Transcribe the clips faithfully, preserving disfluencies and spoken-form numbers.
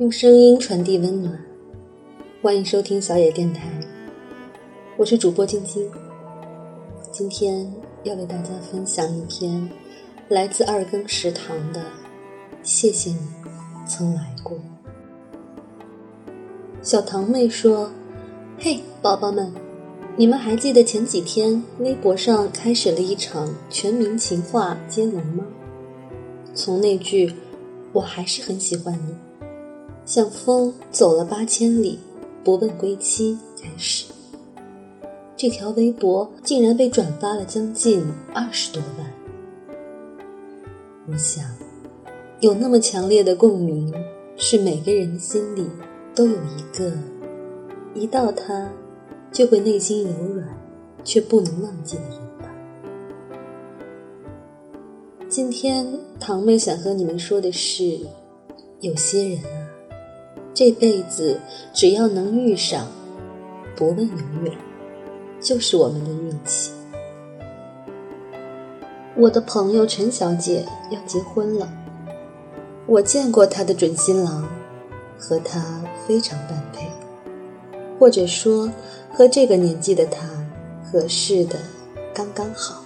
用声音传递温暖，欢迎收听小野电台，我是主播晶晶。今天要为大家分享一篇来自二更食堂的谢谢你曾来过。小堂妹说，嘿，宝宝们，你们还记得前几天微博上开始了一场全民情话接龙吗？从那句我还是很喜欢你，像风走了八千里，不问归期开始。这条微博竟然被转发了将近二十多万。我想，有那么强烈的共鸣，是每个人的心里都有一个，一到他就会内心柔软却不能忘记的人吧。今天堂妹想和你们说的是，有些人啊，这辈子只要能遇上，不问永远，就是我们的运气。我的朋友陈小姐要结婚了，我见过她的准新郎，和她非常般配，或者说和这个年纪的她合适的刚刚好。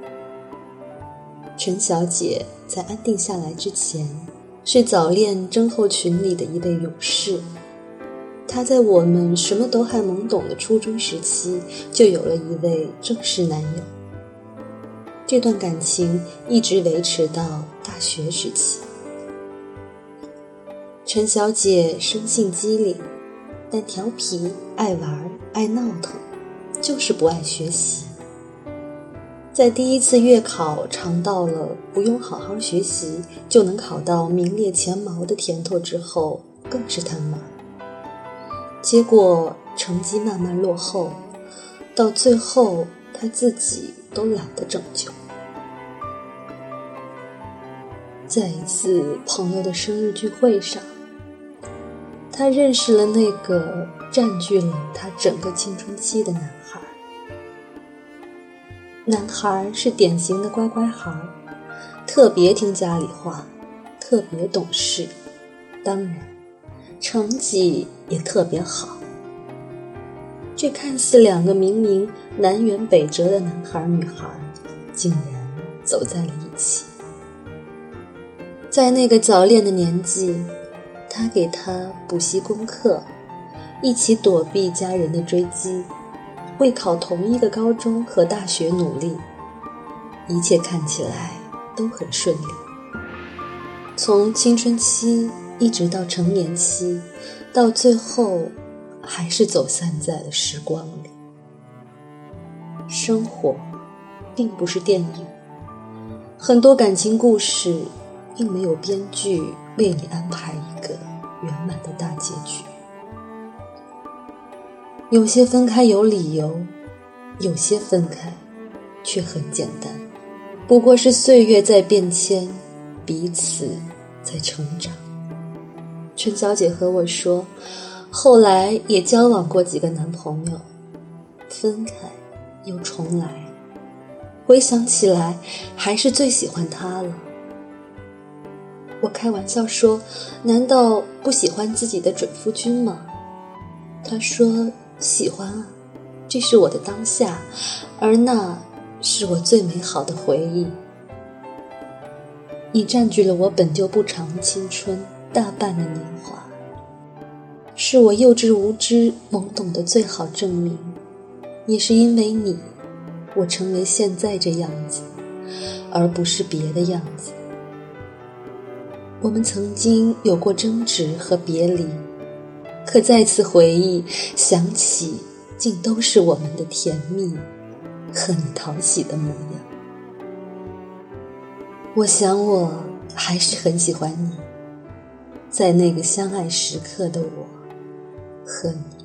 陈小姐在安定下来之前，是早恋征候群里的一位勇士。她在我们什么都还懵懂的初中时期，就有了一位正式男友。这段感情一直维持到大学时期。陈小姐生性机灵，但调皮，爱玩，爱闹腾，就是不爱学习。在第一次月考尝到了不用好好学习就能考到名列前茅的甜头之后，更是贪玩。结果成绩慢慢落后，到最后他自己都懒得拯救。在一次朋友的生日聚会上，他认识了那个占据了他整个青春期的男孩。男孩是典型的乖乖孩，特别听家里话，特别懂事，当然成绩也特别好。这看似两个明明南辕北辙的男孩女孩，竟然走在了一起。在那个早恋的年纪，他给他补习功课，一起躲避家人的追击，为考同一个高中和大学努力，一切看起来都很顺利。从青春期一直到成年期，到最后还是走散在了时光里。生活并不是电影，很多感情故事并没有编剧为你安排一个圆满的大结局。有些分开有理由，有些分开却很简单，不过是岁月在变迁，彼此在成长。陈小姐和我说，后来也交往过几个男朋友，分开又重来，回想起来还是最喜欢他了。我开玩笑说，难道不喜欢自己的准夫君吗？他说，喜欢啊，这是我的当下，而那是我最美好的回忆。你占据了我本就不长的青春，大半的年华，是我幼稚无知懵懂的最好证明。也是因为你，我成为现在这样子，而不是别的样子。我们曾经有过争执和别离，可再次回忆想起，竟都是我们的甜蜜和你讨喜的模样。我想我还是很喜欢你，在那个相爱时刻的我和你。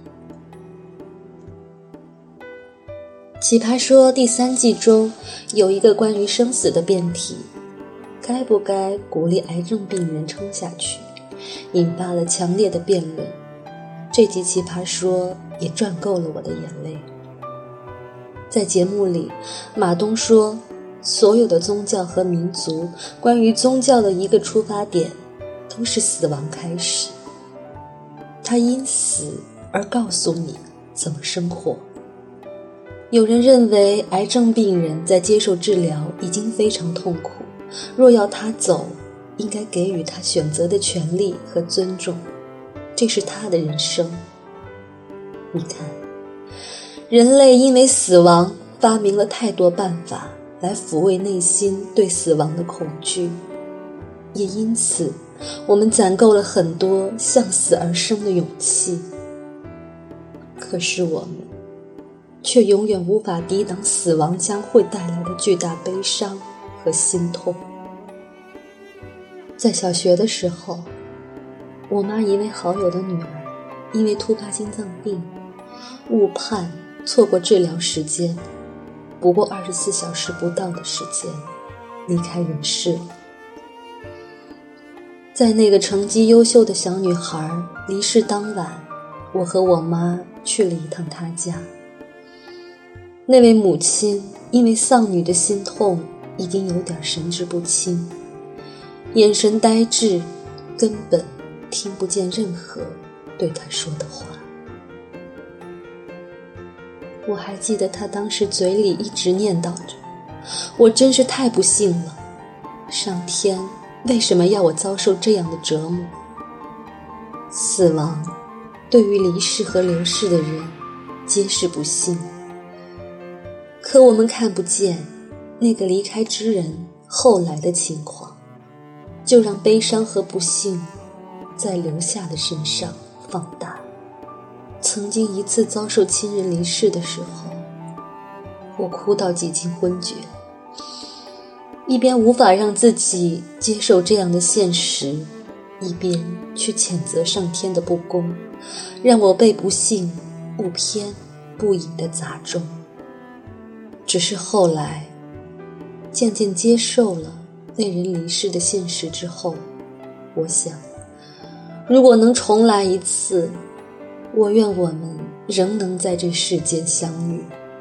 奇葩说第三季中有一个关于生死的辩题，该不该鼓励癌症病人撑下去，引发了强烈的辩论。这集奇葩说也赚够了我的眼泪。在节目里，马东说，所有的宗教和民族关于宗教的一个出发点都是死亡开始， 他因死而告诉你怎么生活。有人认为癌症病人在接受治疗已经非常痛苦，若要他走，应该给予他选择的权利和尊重，这是他的人生。你看，人类因为死亡发明了太多办法来抚慰内心对死亡的恐惧，也因此我们攒够了很多向死而生的勇气。可是我们却永远无法抵挡死亡将会带来的巨大悲伤和心痛。在小学的时候，我妈一位好友的女儿因为突发心脏病误判错过治疗时间，不过二十四小时不到的时间离开人世了。在那个成绩优秀的小女孩离世当晚，我和我妈去了一趟她家。那位母亲因为丧女的心痛已经有点神志不清，眼神呆滞，根本听不见任何对她说的话。我还记得她当时嘴里一直念叨着，我真是太不幸了，上天为什么要我遭受这样的折磨？死亡对于离世和流逝的人皆是不幸，可我们看不见那个离开之人后来的情况，就让悲伤和不幸在留下的身上放大。曾经一次遭受亲人离世的时候，我哭到几近昏厥，一边无法让自己接受这样的现实，一边去谴责上天的不公，让我被不幸不偏不倚地砸中。只是后来渐渐接受了那人离世的现实之后，我想，如果能重来一次，我愿我们仍能在这世间相遇。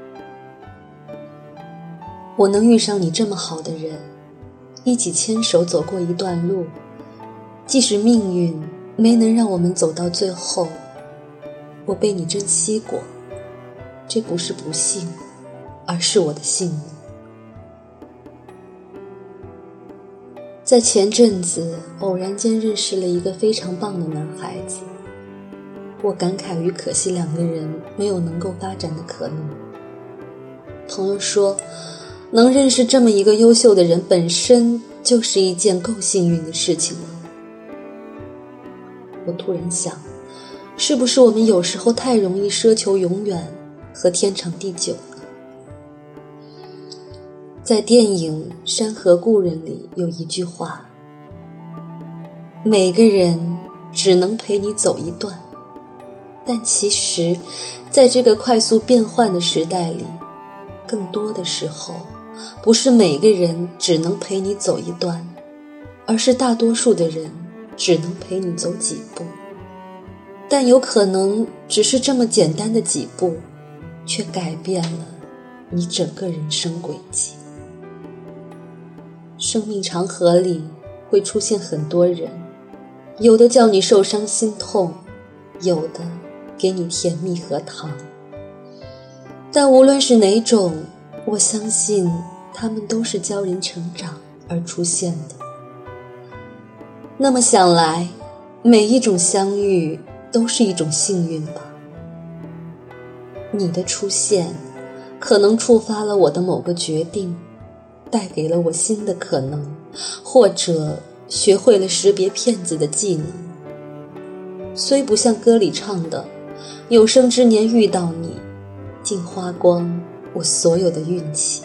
我能遇上你这么好的人，一起牵手走过一段路，即使命运没能让我们走到最后，我被你珍惜过，这不是不幸，而是我的幸运。在前阵子偶然间认识了一个非常棒的男孩子，我感慨于可惜两个人没有能够发展的可能。朋友说，能认识这么一个优秀的人本身就是一件够幸运的事情了。我突然想，是不是我们有时候太容易奢求永远和天长地久呢？在电影《山河故人》里有一句话，每个人只能陪你走一段，但其实在这个快速变换的时代里，更多的时候不是每个人只能陪你走一段，而是大多数的人只能陪你走几步，但有可能只是这么简单的几步，却改变了你整个人生轨迹。生命长河里会出现很多人，有的叫你受伤心痛，有的给你甜蜜和糖，但无论是哪种，我相信他们都是教人成长而出现的。那么想来，每一种相遇都是一种幸运吧。你的出现可能触发了我的某个决定，带给了我新的可能，或者学会了识别骗子的技能。虽不像歌里唱的有生之年遇到你，竟花光我所有的运气。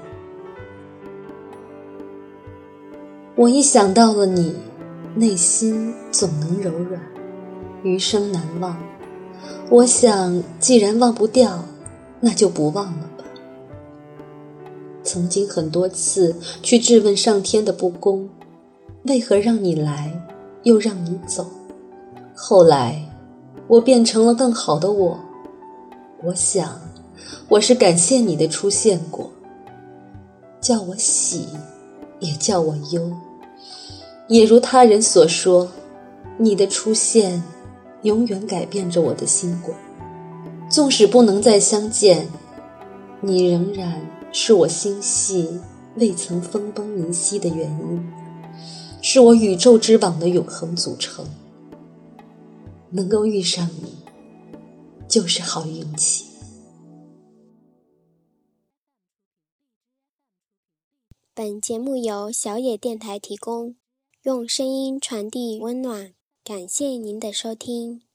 我一想到了你，内心总能柔软，余生难忘。我想既然忘不掉，那就不忘了吧。曾经很多次去质问上天的不公，为何让你来又让你走？后来我变成了更好的我，我想我是感谢你的出现过，叫我喜也叫我忧。也如他人所说，你的出现永远改变着我的心轨。纵使不能再相见，你仍然是我心系未曾分崩离析的原因，是我宇宙之网的永恒组成。能够遇上你，就是好运气。 本节目由小野电台提供，用声音传递温暖，感谢您的收听。